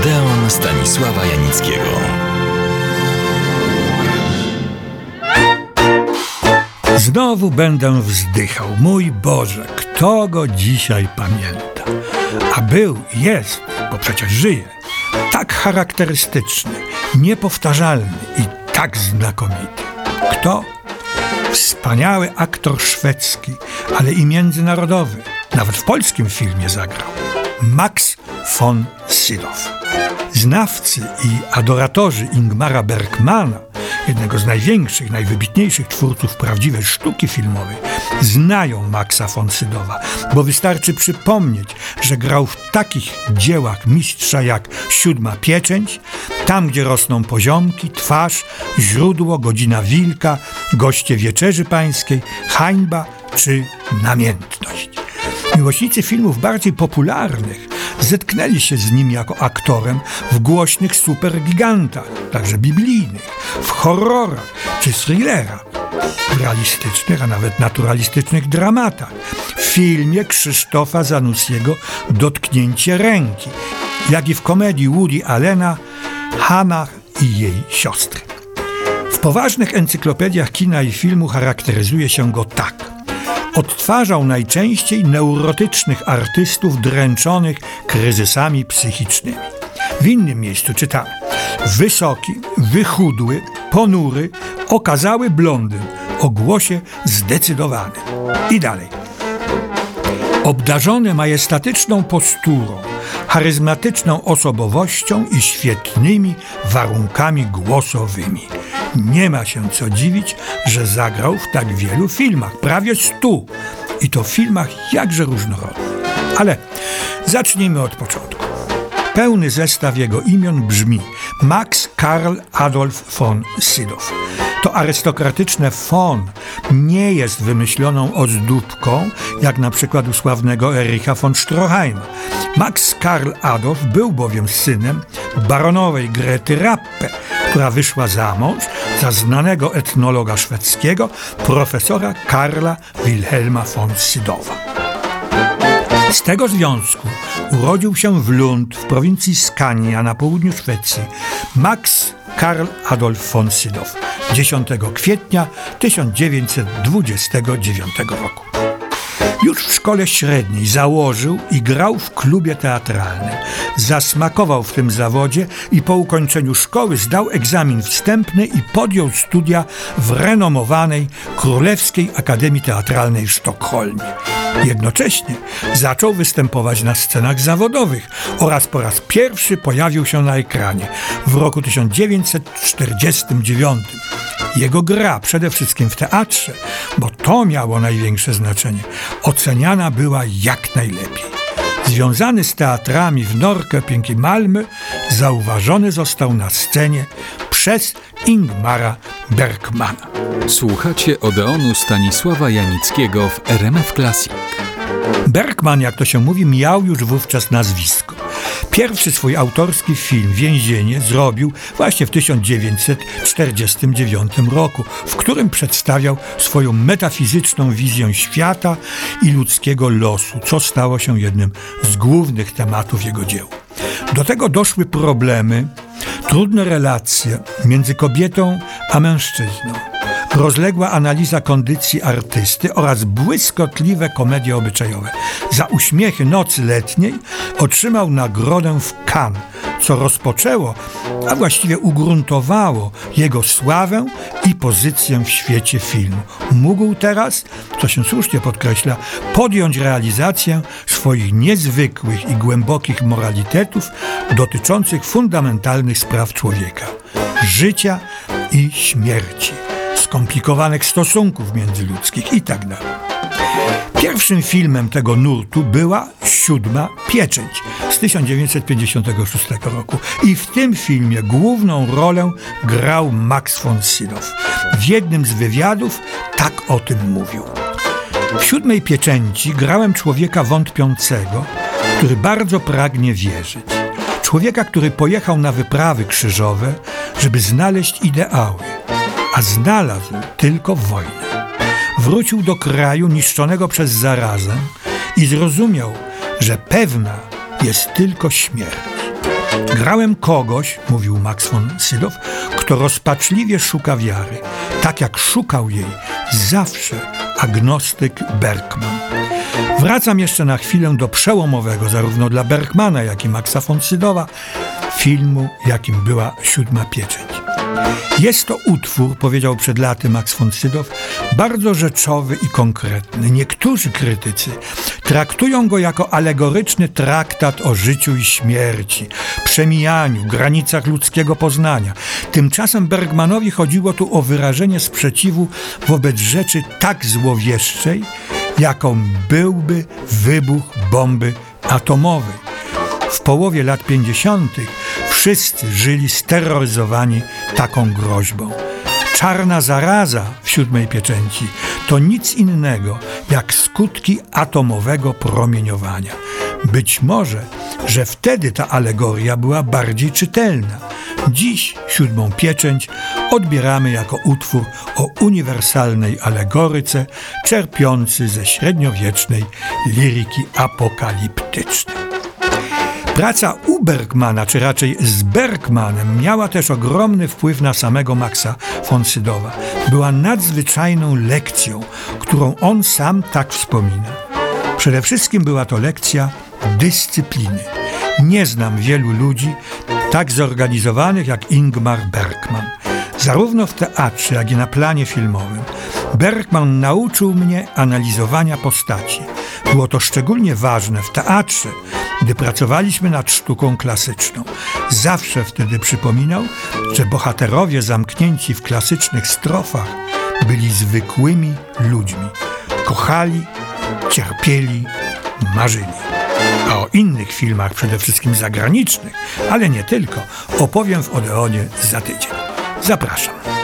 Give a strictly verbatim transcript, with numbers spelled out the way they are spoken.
Odeon Stanisława Janickiego. Znowu będę wzdychał. Mój Boże, kto go dzisiaj pamięta? A był, jest, bo przecież żyje. Tak charakterystyczny, niepowtarzalny i tak znakomity. Kto? Wspaniały aktor szwedzki, ale i międzynarodowy. Nawet w polskim filmie zagrał. Max von Sydow. Znawcy i adoratorzy Ingmara Bergmana, jednego z największych, najwybitniejszych twórców prawdziwej sztuki filmowej, znają Maxa von Sydowa, bo wystarczy przypomnieć, że grał w takich dziełach mistrza jak Siódma pieczęć, Tam, gdzie rosną poziomki, Twarz, Źródło, Godzina wilka, Goście wieczerzy pańskiej, Hańba czy Namiętność. Miłośnicy filmów bardziej popularnych zetknęli się z nim jako aktorem w głośnych supergigantach, także biblijnych, w horrorach czy thrillerach, w realistycznych, a nawet naturalistycznych dramatach, w filmie Krzysztofa Zanussiego Dotknięcie ręki, jak i w komedii Woody Allena Hannah i jej siostry. W poważnych encyklopediach kina i filmu charakteryzuje się go tak. Odtwarzał najczęściej neurotycznych artystów dręczonych kryzysami psychicznymi. W innym miejscu czytamy: wysoki, wychudły, ponury, okazały blondyn o głosie zdecydowanym. I dalej. Obdarzony majestatyczną posturą, charyzmatyczną osobowością i świetnymi warunkami głosowymi. Nie ma się co dziwić, że zagrał w tak wielu filmach, prawie stu. I to w filmach jakże różnorodnych. Ale zacznijmy od początku. Pełny zestaw jego imion brzmi Max Karl Adolf von Sydow. To arystokratyczne von nie jest wymyśloną ozdóbką, jak na przykład u sławnego Ericha von Stroheima. Max Karl Adolf był bowiem synem baronowej Grety Rappe, która wyszła za mąż za znanego etnologa szwedzkiego, profesora Karla Wilhelma von Sydowa. Z tego związku urodził się w Lund w prowincji Skania na południu Szwecji Max Karl Adolf von Sydow dziesiątego kwietnia tysiąc dziewięćset dwudziestego dziewiątego roku. Już w szkole średniej założył i grał w klubie teatralnym. Zasmakował w tym zawodzie i po ukończeniu szkoły zdał egzamin wstępny i podjął studia w renomowanej Królewskiej Akademii Teatralnej w Sztokholmie. Jednocześnie zaczął występować na scenach zawodowych oraz po raz pierwszy pojawił się na ekranie w roku tysiąc dziewięćset czterdziestym dziewiątym. Jego gra, przede wszystkim w teatrze, bo to miało największe znaczenie, oceniana była jak najlepiej. Związany z teatrami w Norrköping i Malmö, zauważony został na scenie przez Ingmara Bergmana. Słuchacie Odeonu Stanisława Janickiego w R M F Classic. Bergman, jak to się mówi, miał już wówczas nazwisko. Pierwszy swój autorski film Więzienie zrobił właśnie w tysiąc dziewięćset czterdziestym dziewiątym roku, w którym przedstawiał swoją metafizyczną wizję świata i ludzkiego losu, co stało się jednym z głównych tematów jego dzieł. Do tego doszły problemy, trudne relacje między kobietą a mężczyzną, rozległa analiza kondycji artysty oraz błyskotliwe komedie obyczajowe. Za Uśmiechy nocy letniej otrzymał nagrodę w Cannes, co rozpoczęło, a właściwie ugruntowało jego sławę i pozycję w świecie filmu. Mógł teraz, co się słusznie podkreśla, podjąć realizację swoich niezwykłych i głębokich moralitetów dotyczących fundamentalnych spraw człowieka, życia i śmierci, skomplikowanych stosunków międzyludzkich itd. Pierwszym filmem tego nurtu była Siódma pieczęć z tysiąc dziewięćset pięćdziesiątego szóstego roku i w tym filmie główną rolę grał Max von Sydow. W jednym z wywiadów tak o tym mówił. W Siódmej pieczęci grałem człowieka wątpiącego, który bardzo pragnie wierzyć. Człowieka, który pojechał na wyprawy krzyżowe, żeby znaleźć ideały, a znalazł tylko wojnę. Wrócił do kraju niszczonego przez zarazę i zrozumiał, że pewna jest tylko śmierć. Grałem kogoś, mówił Max von Sydow, kto rozpaczliwie szuka wiary, tak jak szukał jej zawsze agnostyk Bergman. Wracam jeszcze na chwilę do przełomowego zarówno dla Bergmana, jak i Maxa von Sydowa filmu, jakim była Siódma pieczęć. Jest to utwór, powiedział przed laty Max von Sydow, bardzo rzeczowy i konkretny. Niektórzy krytycy traktują go jako alegoryczny traktat o życiu i śmierci, przemijaniu, granicach ludzkiego poznania. Tymczasem Bergmanowi chodziło tu o wyrażenie sprzeciwu wobec rzeczy tak złowieszczej, jaką byłby wybuch bomby atomowej. W połowie lat pięćdziesiątych wszyscy żyli steroryzowani taką groźbą. Czarna zaraza w Siódmej pieczęci to nic innego jak skutki atomowego promieniowania. Być może, że wtedy ta alegoria była bardziej czytelna. Dziś Siódmą pieczęć odbieramy jako utwór o uniwersalnej alegoryce czerpiący ze średniowiecznej liryki apokaliptycznej. Praca u Bergmana, czy raczej z Bergmanem, miała też ogromny wpływ na samego Maxa von Sydowa. Była nadzwyczajną lekcją, którą on sam tak wspomina. Przede wszystkim była to lekcja dyscypliny. Nie znam wielu ludzi tak zorganizowanych jak Ingmar Bergman. Zarówno w teatrze, jak i na planie filmowym Bergman nauczył mnie analizowania postaci. Było to szczególnie ważne w teatrze, gdy pracowaliśmy nad sztuką klasyczną. Zawsze wtedy przypominał, że bohaterowie zamknięci w klasycznych strofach byli zwykłymi ludźmi. Kochali, cierpieli, marzyli. A o innych filmach, przede wszystkim zagranicznych, ale nie tylko, opowiem w Odeonie za tydzień. Zapraszam.